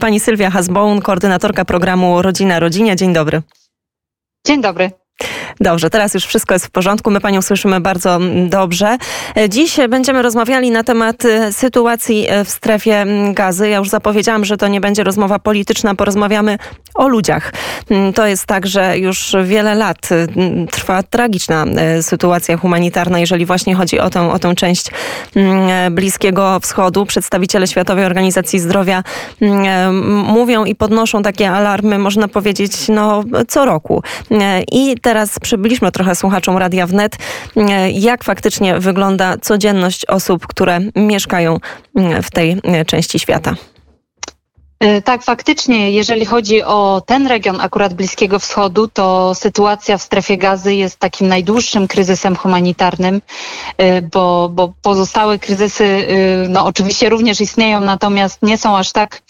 Pani Sylwia Hasboun, koordynatorka programu Rodzina Rodzinie. Dzień dobry. Dzień dobry. Dobrze, teraz już wszystko jest w porządku. My Panią słyszymy bardzo dobrze. Dziś będziemy rozmawiali na temat sytuacji w strefie Gazy. Ja już zapowiedziałam, że to nie będzie rozmowa polityczna. Porozmawiamy o ludziach. To jest tak, że już wiele lat trwa tragiczna sytuacja humanitarna, jeżeli właśnie chodzi o tę część Bliskiego Wschodu. Przedstawiciele Światowej Organizacji Zdrowia mówią i podnoszą takie alarmy, można powiedzieć, co roku. I teraz przybyliśmy trochę słuchaczom Radia Wnet, jak faktycznie wygląda codzienność osób, które mieszkają w tej części świata. Tak, faktycznie, jeżeli chodzi o ten region akurat Bliskiego Wschodu, to sytuacja w strefie Gazy jest takim najdłuższym kryzysem humanitarnym, bo pozostałe kryzysy oczywiście również istnieją, natomiast nie są aż tak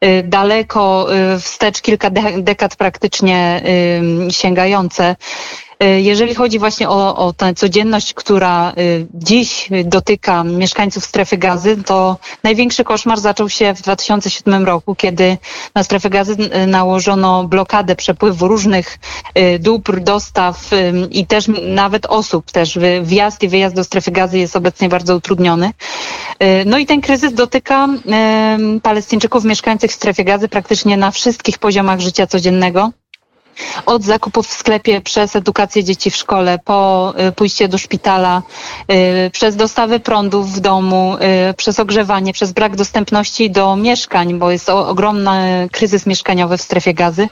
daleko wstecz, kilka dekad praktycznie sięgające. Jeżeli chodzi właśnie o tę codzienność, która dziś dotyka mieszkańców strefy Gazy, to największy koszmar zaczął się w 2007 roku, kiedy na strefę Gazy nałożono blokadę przepływu różnych dóbr, dostaw i też nawet osób. Też wjazd i wyjazd do strefy Gazy jest obecnie bardzo utrudniony. No i ten kryzys dotyka Palestyńczyków mieszkających w strefie Gazy praktycznie na wszystkich poziomach życia codziennego. Od zakupów w sklepie, przez edukację dzieci w szkole, po pójście do szpitala, przez dostawę prądu w domu, przez ogrzewanie, przez brak dostępności do mieszkań, bo jest ogromny kryzys mieszkaniowy w strefie Gazy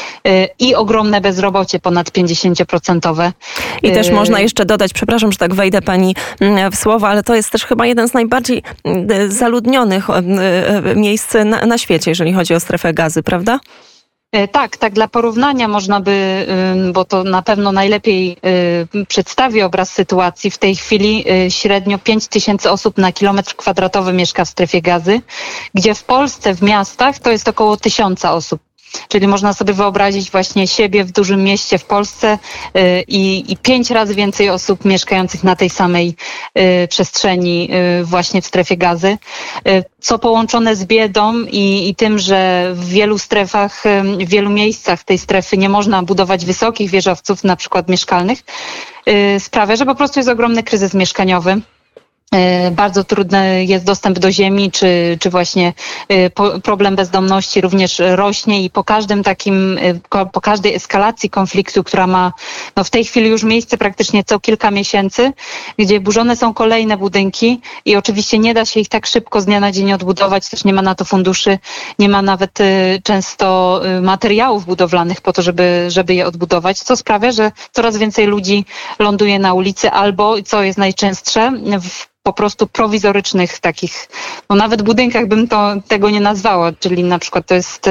i ogromne bezrobocie, ponad 50%. I też można jeszcze dodać, przepraszam, że tak wejdę Pani w słowo, ale to jest też chyba jeden z najbardziej zaludnionych miejsc na świecie, jeżeli chodzi o strefę Gazy, prawda? Tak, dla porównania można by, bo to na pewno najlepiej przedstawi obraz sytuacji. W tej chwili średnio 5000 osób na kilometr kwadratowy mieszka w strefie Gazy, gdzie w Polsce, w miastach to jest około 1000 osób. Czyli można sobie wyobrazić właśnie siebie w dużym mieście w Polsce i 5 razy więcej osób mieszkających na tej samej przestrzeni właśnie w strefie Gazy. Co połączone z biedą i tym, że w wielu strefach, w wielu miejscach tej strefy nie można budować wysokich wieżowców, na przykład mieszkalnych, sprawia, że po prostu jest ogromny kryzys mieszkaniowy. Bardzo trudny jest dostęp do ziemi, czy właśnie problem bezdomności również rośnie i po każdej eskalacji konfliktu, która ma w tej chwili już miejsce praktycznie co kilka miesięcy, gdzie burzone są kolejne budynki i oczywiście nie da się ich tak szybko z dnia na dzień odbudować, też nie ma na to funduszy, nie ma nawet często materiałów budowlanych po to, żeby je odbudować, co sprawia, że coraz więcej ludzi ląduje na ulicy albo, co jest najczęstsze, w po prostu prowizorycznych takich, nawet budynkach bym tego nie nazwała, czyli na przykład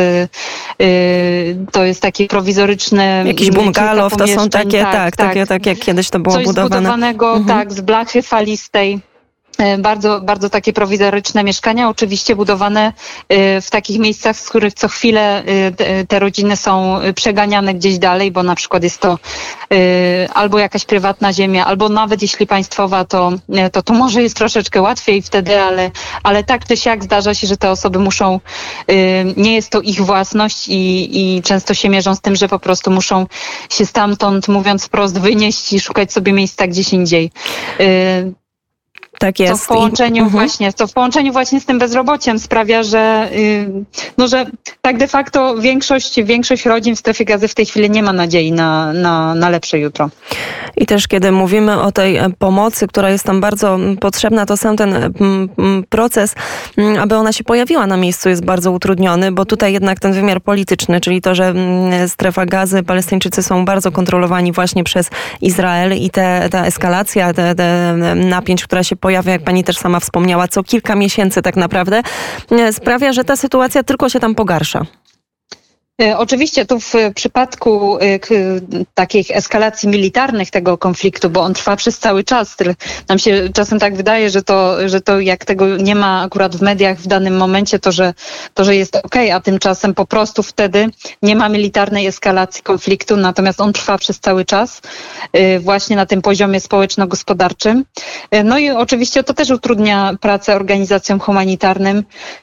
to jest takie prowizoryczne... Jakiś bungalow, to są takie, tak jak kiedyś to było coś budowane. Coś zbudowanego, z blachy falistej. Bardzo, bardzo takie prowizoryczne mieszkania, oczywiście budowane w takich miejscach, z których co chwilę te rodziny są przeganiane gdzieś dalej, bo na przykład jest to albo jakaś prywatna ziemia, albo nawet jeśli państwowa, to może jest troszeczkę łatwiej wtedy, ale tak czy siak zdarza się, że te osoby muszą, nie jest to ich własność i często się mierzą z tym, że po prostu muszą się stamtąd, mówiąc wprost, wynieść i szukać sobie miejsca gdzieś indziej. Tak jest. Co w połączeniu właśnie z tym bezrobociem sprawia, że tak de facto większość rodzin w strefie Gazy w tej chwili nie ma nadziei na lepsze jutro. I też kiedy mówimy o tej pomocy, która jest tam bardzo potrzebna, to sam ten proces, aby ona się pojawiła na miejscu, jest bardzo utrudniony, bo tutaj jednak ten wymiar polityczny, czyli to, że strefa Gazy, Palestyńczycy są bardzo kontrolowani właśnie przez Izrael i ta eskalacja, te napięć, która się pojawia, jak pani też sama wspomniała, co kilka miesięcy tak naprawdę, sprawia, że ta sytuacja tylko się tam pogarsza. Oczywiście tu w przypadku takich eskalacji militarnych tego konfliktu, bo on trwa przez cały czas, nam się czasem tak wydaje, że to jak tego nie ma akurat w mediach w danym momencie, to że jest okej, a tymczasem po prostu wtedy nie ma militarnej eskalacji konfliktu, natomiast on trwa przez cały czas właśnie na tym poziomie społeczno-gospodarczym. No i oczywiście to też utrudnia pracę organizacjom humanitarnym,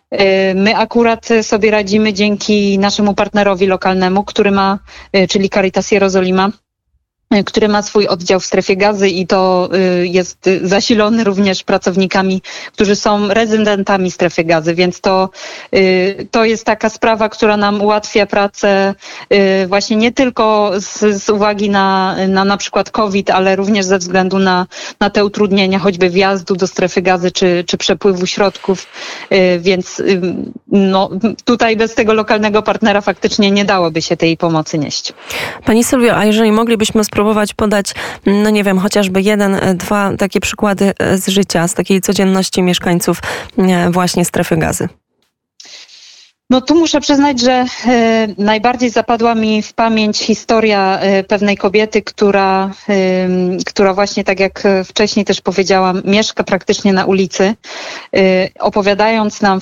My akurat sobie radzimy dzięki naszemu partnerowi lokalnemu, czyli Caritas Jerozolima, który ma swój oddział w Strefie Gazy i to jest zasilony również pracownikami, którzy są rezydentami Strefy Gazy, więc to jest taka sprawa, która nam ułatwia pracę właśnie nie tylko z uwagi na przykład COVID, ale również ze względu na te utrudnienia choćby wjazdu do Strefy Gazy czy przepływu środków, więc no, tutaj bez tego lokalnego partnera faktycznie nie dałoby się tej pomocy nieść. Pani Sylwio, a jeżeli moglibyśmy spróbować podać, no nie wiem, chociażby jeden, dwa takie przykłady z życia, z takiej codzienności mieszkańców właśnie Strefy Gazy. No tu muszę przyznać, że najbardziej zapadła mi w pamięć historia pewnej kobiety, która właśnie, tak jak wcześniej też powiedziałam, mieszka praktycznie na ulicy, opowiadając nam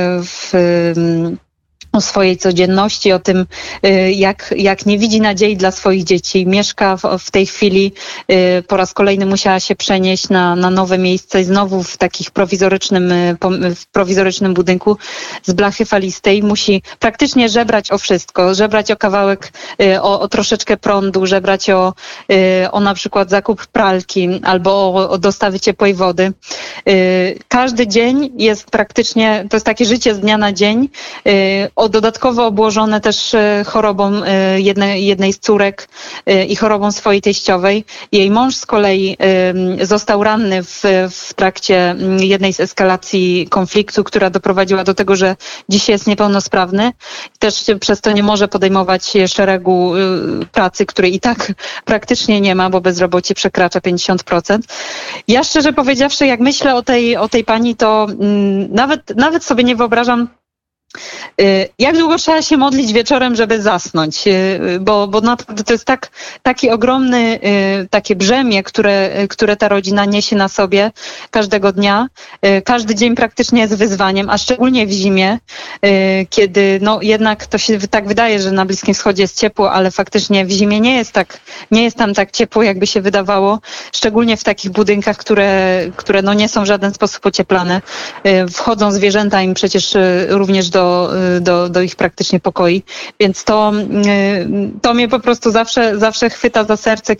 o swojej codzienności, o tym, jak nie widzi nadziei dla swoich dzieci. Mieszka w tej chwili, po raz kolejny musiała się przenieść na nowe miejsce, znowu w takich prowizorycznym budynku z blachy falistej. Musi praktycznie żebrać o wszystko, żebrać o kawałek, o troszeczkę prądu, żebrać o na przykład zakup pralki albo o dostawy ciepłej wody. Każdy dzień jest praktycznie, to jest takie życie z dnia na dzień, dodatkowo obłożone też chorobą jednej z córek i chorobą swojej teściowej. Jej mąż z kolei został ranny w trakcie jednej z eskalacji konfliktu, która doprowadziła do tego, że dzisiaj jest niepełnosprawny. Też przez to nie może podejmować szeregu pracy, której i tak praktycznie nie ma, bo bezrobocie przekracza 50%. Ja szczerze powiedziawszy, jak myślę o tej pani, to nawet sobie nie wyobrażam, jak długo trzeba się modlić wieczorem, żeby zasnąć, bo naprawdę to jest taki ogromny, takie brzemię, które ta rodzina niesie na sobie każdego dnia. Każdy dzień praktycznie jest wyzwaniem, a szczególnie w zimie, kiedy no jednak to się tak wydaje, że na Bliskim Wschodzie jest ciepło, ale faktycznie w zimie nie jest tam tak ciepło, jakby się wydawało, szczególnie w takich budynkach, które no nie są w żaden sposób ocieplane. Wchodzą zwierzęta im przecież również do ich praktycznie pokoi. Więc to mnie po prostu zawsze chwyta za serce,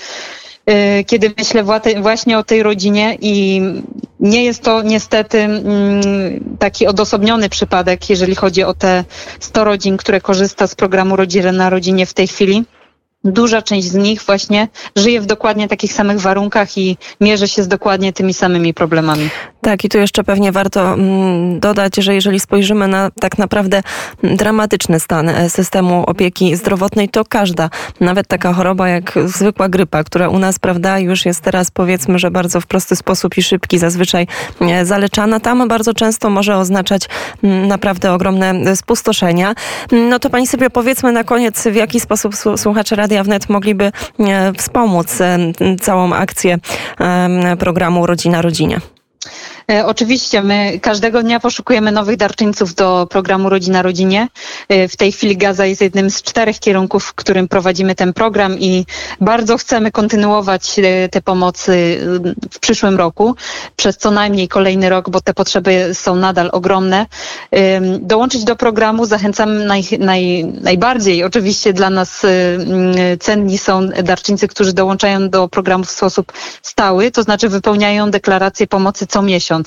kiedy myślę właśnie o tej rodzinie i nie jest to niestety taki odosobniony przypadek, jeżeli chodzi o te 100 rodzin, które korzysta z programu Rodzina na Rodzinie w tej chwili. Duża część z nich właśnie żyje w dokładnie takich samych warunkach i mierzy się z dokładnie tymi samymi problemami. Tak, i tu jeszcze pewnie warto dodać, że jeżeli spojrzymy na tak naprawdę dramatyczny stan systemu opieki zdrowotnej, to każda, nawet taka choroba jak zwykła grypa, która u nas, prawda, już jest teraz, powiedzmy, że bardzo w prosty sposób i szybki zazwyczaj zaleczana, tam bardzo często może oznaczać naprawdę ogromne spustoszenia. No to pani Sylwio, powiedzmy na koniec, w jaki sposób słuchacze Radia Wnet mogliby wspomóc całą akcję programu Rodzina Rodzinie. Oczywiście, my każdego dnia poszukujemy nowych darczyńców do programu Rodzina Rodzinie. W tej chwili Gaza jest jednym z 4 kierunków, w którym prowadzimy ten program i bardzo chcemy kontynuować te pomocy w przyszłym roku, przez co najmniej kolejny rok, bo te potrzeby są nadal ogromne. Dołączyć do programu zachęcamy najbardziej. Oczywiście dla nas cenni są darczyńcy, którzy dołączają do programu w sposób stały, to znaczy wypełniają deklarację pomocy co miesiąc.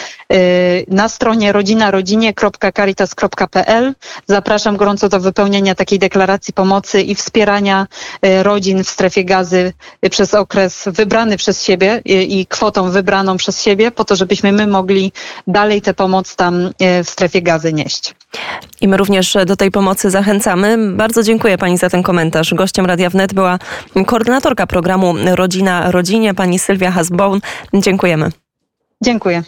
Na stronie rodzinarodzinie.caritas.pl zapraszam gorąco do wypełnienia takiej deklaracji pomocy i wspierania rodzin w Strefie Gazy przez okres wybrany przez siebie i kwotą wybraną przez siebie, po to, żebyśmy my mogli dalej tę pomoc tam w Strefie Gazy nieść. I my również do tej pomocy zachęcamy. Bardzo dziękuję pani za ten komentarz. Gościem Radia Wnet była koordynatorka programu Rodzina Rodzinie, pani Sylwia Hasboun. Dziękujemy. Dziękuję.